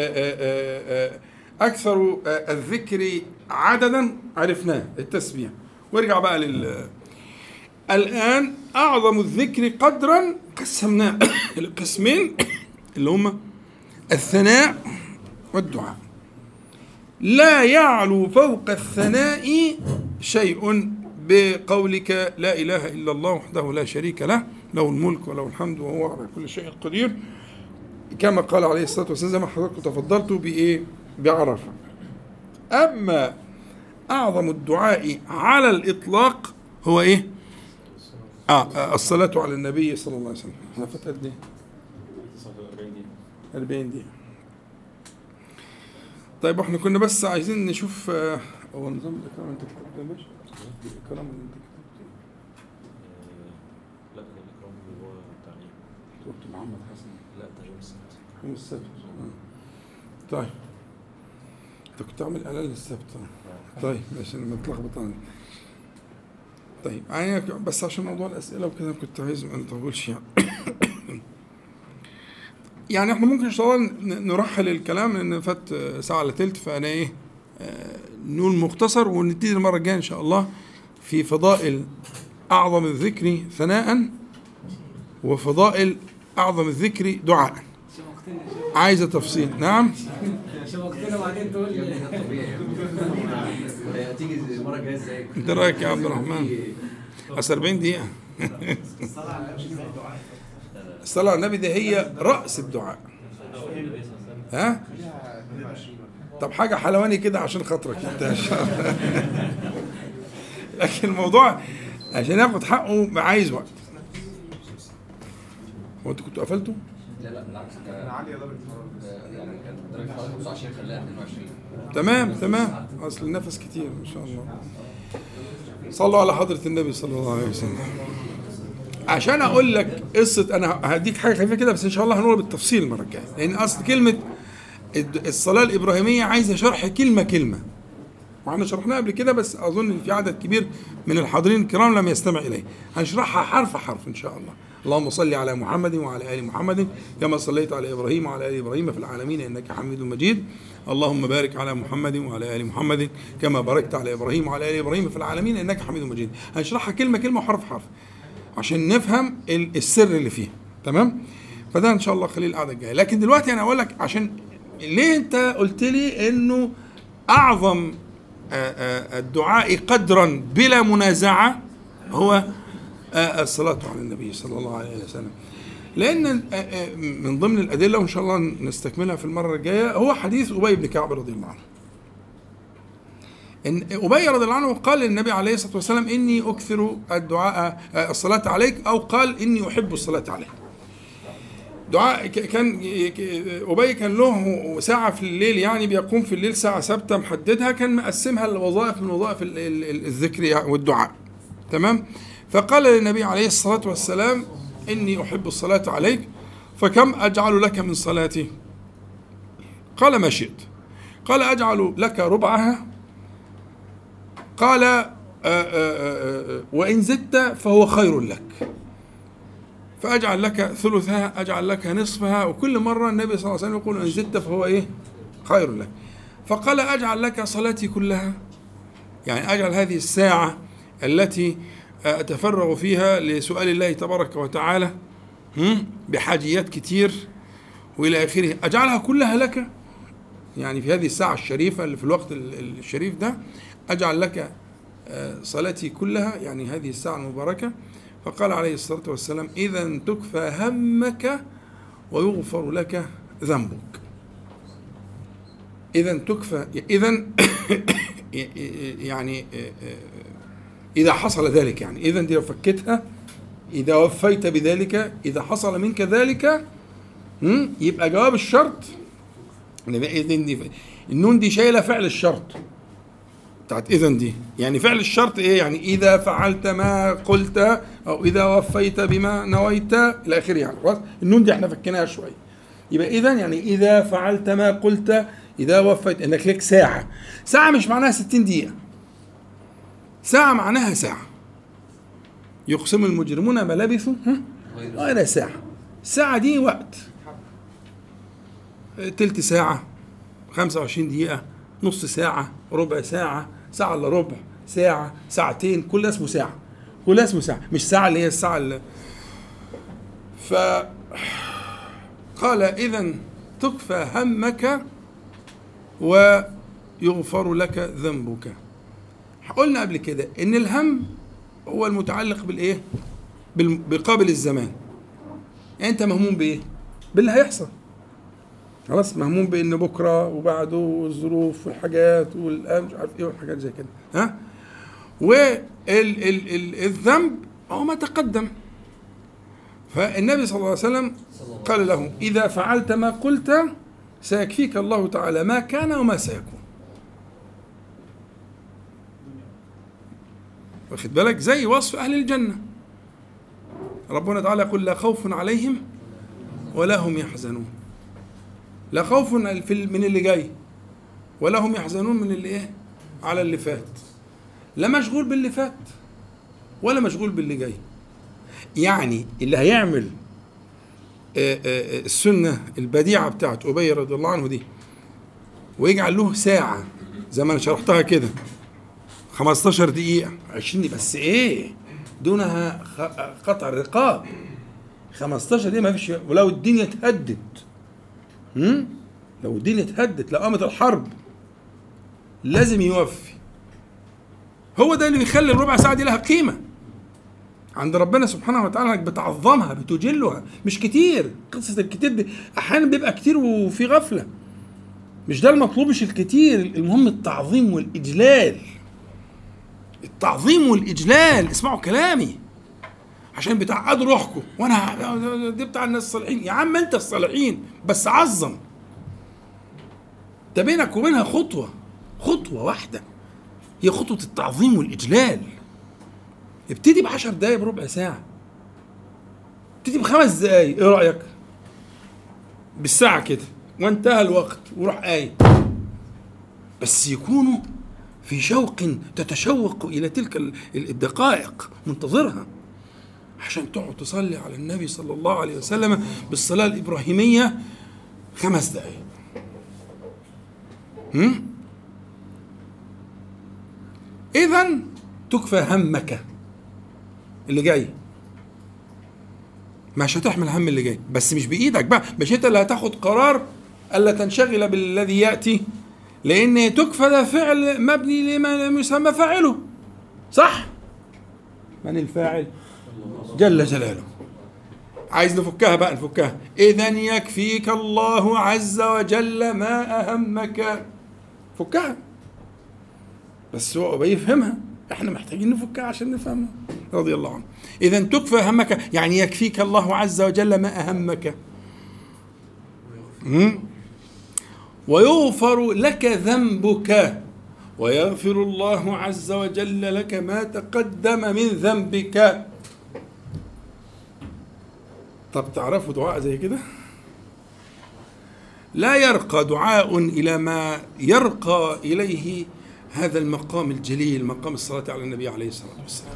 أكثر الذكر عددا عرفناه التسبيح، وارجع بقى لل الآن أعظم الذكر قدرا قسمناه القسمين اللي هما الثناء والدعاء. لا يعلو فوق الثناء شيء بقولك لا إله إلا الله وحده لا شريك له، له الملك وله الحمد وهو على كل شيء قدير، كما قال عليه الصلاة والسلام زي ما حضرتك تفضلتوا بإيه؟ بعرفة. أما أعظم الدعاء على الإطلاق هو إيه؟ آه الصلاة على النبي صلى الله عليه وسلم. احنا فات قد إيه؟ أربعين دقيقة. طيب احنا كنا بس عايزين نشوف آه هو نظام الإكرام أنت كتبته يا باشا؟ الإكرام اللي أنت كتبته؟ لا الإكرام اللي هو التعليم. كتبت محمد حسن؟ لا ده يوم السبت. يوم السبت. طيب أنت كنت عامل إعلان للسبت. طيب ماشي أنا متلخبط أنا. طيب يعني بس عشان موضوع الأسئلة وكده كنت عايز ما نطولش يعني. يعني احنا ممكن ان شاء الله نرحل الكلام لان فات ساعة الا تلت، فانا ايه نقول مختصر ونبتدي المرة الجاية ان شاء الله في فضائل اعظم الذكر ثناء وفضائل اعظم الذكر دعاء. عايزة تفصيل. نعم شوقتنا بعدين تقول لي هتيجي المره الجايه ازاي؟ انت رايك يا عبد الرحمن؟ اصل أربعين دقيقة. الصلاة على النبي دي هي رأس الدعاء. ها؟ طب حاجة حلواني كده عشان خاطرك انت. لكن الموضوع عشان ياخد حقه عايز وقت. هو انتوا كنتوا قفلتوا؟ لا لا بالعكس كان عالية درجة الحرارة. يعني كان درجة حرارة خمسة وعشرين خلاها اثنين وعشرين. تمام تمام. اصل النفس كتير ما شاء الله. صلوا على حضرة النبي صلى الله عليه وسلم. عشان اقول لك قصه انا هديك حاجه خفيفه كده بس ان شاء الله هنقول بالتفصيل المره الجايه، لان اصل كلمه الصلاه الابراهيميه عايزه شرح كلمه كلمه، واحنا شرحناها قبل كده بس اظن ان في عدد كبير من الحاضرين الكرام لم يستمع اليه. هنشرحها حرف حرف ان شاء الله. اللهم صل على محمد وعلى ال محمد كما صليت على ابراهيم وعلى ال ابراهيم في العالمين انك حميد مجيد. اللهم بارك على محمد وعلى ال محمد كما باركت على ابراهيم وعلى ال ابراهيم في العالمين انك حميد مجيد. هنشرحها كلمه كلمه وحرف حرف عشان نفهم السر اللي فيه. تمام؟ فده ان شاء الله خليه القعده الجايه. لكن دلوقتي انا اقول لك عشان ليه انت قلت لي انه اعظم الدعاء قدرا بلا منازعه هو الصلاه على النبي صلى الله عليه وسلم، لان من ضمن الادله وان شاء الله نستكملها في المره الجايه هو حديث ابي بن كعب رضي الله عنه. إن أبي رضي الله عنه قال للنبي عليه الصلاة والسلام إني أكثر الدعاء الصلاة عليك، أو قال إني أحب الصلاة عليك. دعاء كان أبي كان له ساعة في الليل، يعني بيقوم في الليل ساعة ثابتة محددها، كان مقسمها لوظائف من وظائف الذكر والدعاء. تمام؟ فقال للنبي عليه الصلاة والسلام إني أحب الصلاة عليك فكم أجعل لك من صلاتي؟ قال ما شئت. قال أجعل لك ربعها. قال آآ آآ وإن زدت فهو خير لك، فأجعل لك ثلثها، أجعل لك نصفها. وكل مرة النبي صلى الله عليه وسلم يقول إن زدت فهو إيه؟ خير لك. فقال أجعل لك صلاتي كلها، يعني أجعل هذه الساعة التي أتفرغ فيها لسؤال الله تبارك وتعالى بحاجيات كتير وإلى آخره، أجعلها كلها لك، يعني في هذه الساعة الشريفة اللي في الوقت الشريف ده أجعل لك صلاتي كلها، يعني هذه الساعة المباركة. فقال عليه الصلاة والسلام إذا تكفى همك ويغفر لك ذنبك. إذا تكفى، إذا يعني إذا حصل ذلك، يعني إذا دي لو فكتها، إذا وفيت بذلك، إذا حصل منك ذلك، يبقى جواب الشرط. النون دي شايلة فعل الشرط بتاعت إذن دي، يعني فعل الشرط إيه؟ يعني إذا فعلت ما قلت أو إذا وفيت بما نويت إلى آخره. يعني النون دي إحنا فكناها شوية. يبقى إذن يعني إذا فعلت ما قلت، إذا وفيت، إنك لك ساعة. ساعة مش معناها ستين دقيقة، ساعة معناها ساعة. يقسم المجرمون ما لبثوا غير ساعة. ساعة دي وقت، تلت ساعة، خمسة وعشرين دقيقة، نص ساعة، ربع ساعة، ساعة إلا ربع، ساعة، ساعتين، كل اسمه ساعة، كل اسمه ساعة، مش ساعة اللي هي الساعة اللي. فقال إذن تكفى همك ويغفر لك ذنبك. قلنا قبل كده إن الهم هو المتعلق بالإيه؟ بقابل الزمان. يعني أنت مهموم بإيه؟ باللي هيحصل. خلاص مهموم بان بكره وبعده والظروف والحاجات والآن مش عارف ايه والحاجات زي كده. ها والذنب هو ما تقدم. فالنبي صلى الله عليه وسلم قال له اذا فعلت ما قلت سيكفيك الله تعالى ما كان وما سيكون. واخد بالك؟ زي وصف اهل الجنه، ربنا تعالى يقول لا خوف عليهم ولا هم يحزنون. لا خوف من اللي جاي ولا هم يحزنون من اللي ايه على اللي فات. لا مشغول باللي فات ولا مشغول باللي جاي. يعني اللي هيعمل السنة البديعة بتاعت أبي رضي الله عنه دي ويجعل له ساعة زي ما أنا شرحتها كده خمستاشر دقيقة عشرين دقيقة بس إيه دونها قطع الرقاب. خمستاشر دقيقة ما فيش. ولو الدنيا اتهدت هم؟ لو الدنيا اتهدت لو قامت الحرب لازم يوفي. هو ده اللي بيخلي الربع ساعة دي لها قيمة عند ربنا سبحانه وتعالى، انك بتعظمها بتجلها. مش كتير، قصة الكتير دي احيانا بيبقى كتير وفي غفلة. مش ده المطلوب، مش الكتير، المهم التعظيم والإجلال. التعظيم والإجلال. اسمعوا كلامي عشان بتعقدوا روحكم وانا دي بتاع الناس الصالحين. يا عم انت الصالحين بس عظم. ده بينك وبينها خطوة، خطوة واحدة هي خطوة التعظيم والإجلال. ابتدي بعشر دقايق بربع ساعة، ابتدي بخمس دقايق، ايه رأيك؟ بالساعة كده وانتهى الوقت وروح قايم. بس يكونوا في شوق، تتشوق إلى تلك الدقائق منتظرها عشان تقعد تصلي على النبي صلى الله عليه وسلم بالصلاة الإبراهيمية خمس دقايق. هم؟ إذن تكفى همك اللي جاي. مش هتحمل هم اللي جاي، بس مش بإيدك بقى، مش انت اللي هتاخد قرار ألا تنشغل بالذي يأتي، لأن تكفى ده فعل مبني لما لم يسمى فاعله. صح؟ من الفاعل؟ جل جلاله. عايز نفكها بقى، نفكها. إذن يكفيك الله عز وجل ما أهمك. فكها. بس هو بيفهمها، احنا محتاجين نفكها عشان نفهمها رضي الله عنه. إذن تكفى همك يعني يكفيك الله عز وجل ما أهمك. ويغفر لك ذنبك ويغفر الله عز وجل لك ما تقدم من ذنبك. طب تعرفوا دعاء زي كده؟ لا يرقى دعاء إلى ما يرقى إليه هذا المقام الجليل، مقام الصلاة على النبي عليه الصلاة والسلام.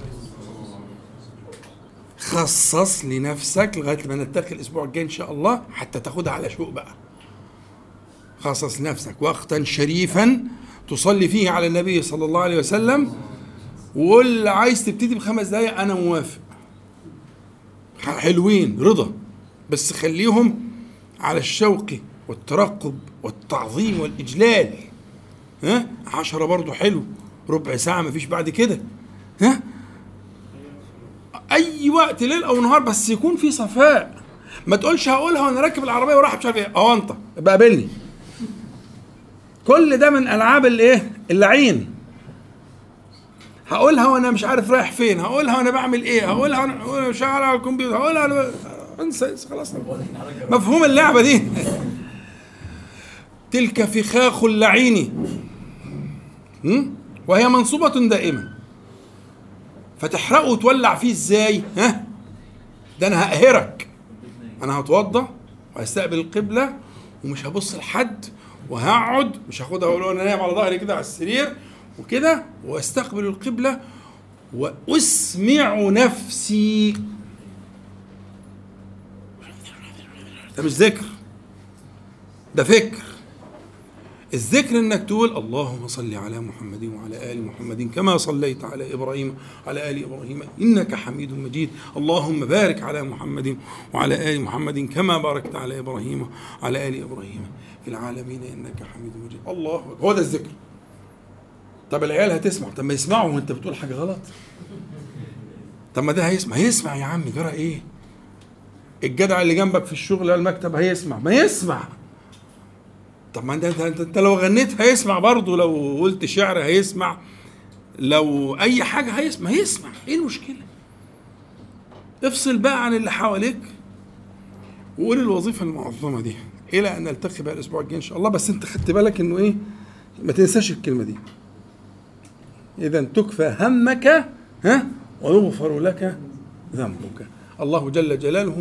خصص لنفسك لغاية ما نلتقي الأسبوع الجاي إن شاء الله حتى تاخدها على شوق بقى. خصص لنفسك وقتا شريفا تصلي فيه على النبي صلى الله عليه وسلم، وقول عايز تبتدي بخمس دقايق أنا موافق. حلوين رضا، بس خليهم على الشوق والترقب والتعظيم والإجلال. ها عشرة برضو حلو، ربع ساعة ما فيش بعد كده. ها أي وقت ليل أو نهار بس يكون في صفاء. ما تقولش هقولها وأنا راكب العربية وراح مش عارف إيه. أه أنت بقى قابلني. كل ده من ألعاب الإيه؟ اللعين. هقولها وأنا مش عارف رايح فين، هقولها وأنا بعمل إيه، هقولها وأنا شغال على الكمبيوتر، هقولها أنا انسى خلاص. مفهوم اللعبة دي؟ تلك فخاخ اللعين وهي منصوبة دائما، فتحرقه وتولع فيه ازاي؟ ها ده انا هقهرك. انا هتوضى وهستقبل القبلة ومش هبص لحد وهقعد، مش هاخدها اقول انا نايم على ظهري كده على السرير وكده، واستقبل القبلة واسمع نفسي. ده مش ذكر، ده فكر. الذكر انك تقول اللهم صل على محمد وعلى ال محمد كما صليت على ابراهيم وعلى ال ابراهيم انك حميد مجيد، اللهم بارك على محمد وعلى ال محمد كما باركت على ابراهيم وعلى ال ابراهيم في العالمين انك حميد مجيد. الله أكبر. هو ده الذكر. طب العيال هتسمع، طب ما يسمعوا وانت بتقول حاجه غلط. طب ما ده هيسمع، هيسمع يا عم جرى ايه؟ الجدع اللي جنبك في الشغل المكتب هيسمع، ما يسمع. طب ما انت انت, انت لو غنيت هيسمع برضه، لو قلت شعر هيسمع، لو اي حاجه هيسمع هيسمع ايه المشكله؟ افصل بقى عن اللي حواليك وقول الوظيفه المعظمه دي الى ان نلتقي بقى الاسبوع الجاي ان شاء الله. بس انت خدت بالك انه ايه، ما تنساش الكلمه دي، اذا تكفى همك ها ويغفر لك ذنبك. الله جل جلاله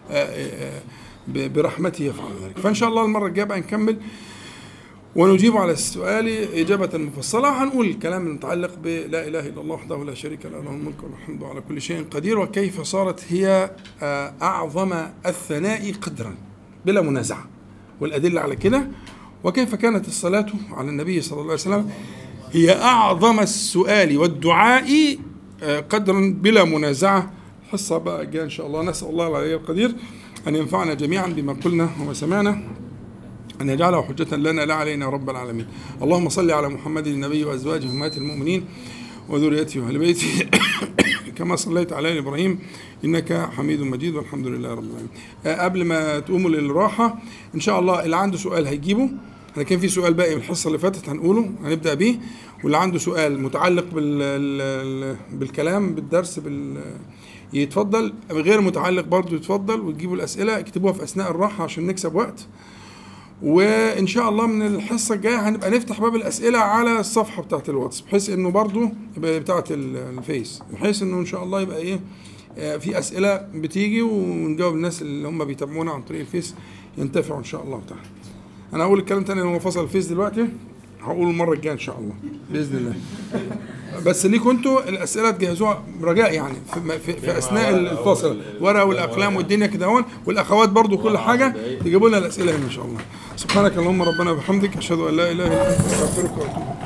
برحمته يفعل ذلك. فان شاء الله المره الجايه بقى نكمل ونجيب على السؤال إجابة مفصلة. هنقول الكلام المتعلق بلا إله إلا الله وحده لا شريك له، له الملك والحمد على كل شيء قدير، وكيف صارت هي أعظم الثناء قدرا بلا منازعة، والأدلة على كده، وكيف كانت الصلاة على النبي صلى الله عليه وسلم هي أعظم السؤال والدعاء قدرا بلا منازعة. حصة بقى جاء إن شاء الله. نسأل الله العلي القدير أن ينفعنا جميعا بما قلنا وما سمعنا، أن يجعله حجة لنا لا علينا رب العالمين. اللهم صل على محمد النبي وأزواجه أمهات المؤمنين وذريته وأهل بيته كما صليت على إبراهيم إنك حميد مجيد والحمد لله رب العالمين. قبل ما تقوموا للراحة إن شاء الله اللي عنده سؤال هيجيبه. أنا كان في سؤال باقي من الحصة اللي فاتت هنقوله هنبدأ بيه، واللي عنده سؤال متعلق بال بالكلام بالدرس بال يتفضل، غير متعلق برضه يتفضل، وتجيبوا الأسئلة اكتبوها في أثناء الراحة عشان نكسب وقت. وإن شاء الله من الحصة الجاية هنبقى نفتح باب الأسئلة على الصفحة بتاعة الواتس، بحيث إنه برضو يبقى بتاعة الفيس، بحيث إنه إن شاء الله يبقى إيه في أسئلة بتيجي ونجاوب الناس اللي هم بيتابعونا عن طريق الفيس ينتفعوا إن شاء الله تعالى. أنا هقول الكلام تاني لما فصل الفيس دلوقتي، هقوله المرة الجاية إن شاء الله بإذن الله. بس ليكوا انتوا الاسئله تجهزوها رجاء يعني في, في, في اثناء الفاصل، ورقه والاقلام والدنيا كده اهون، والاخوات برضو كل حاجه تجيبوا لنا الاسئله هنا ان شاء الله. سبحانك اللهم ربنا وبحمدك اشهد ان لا اله الا انت استغفرك واتوب اليك.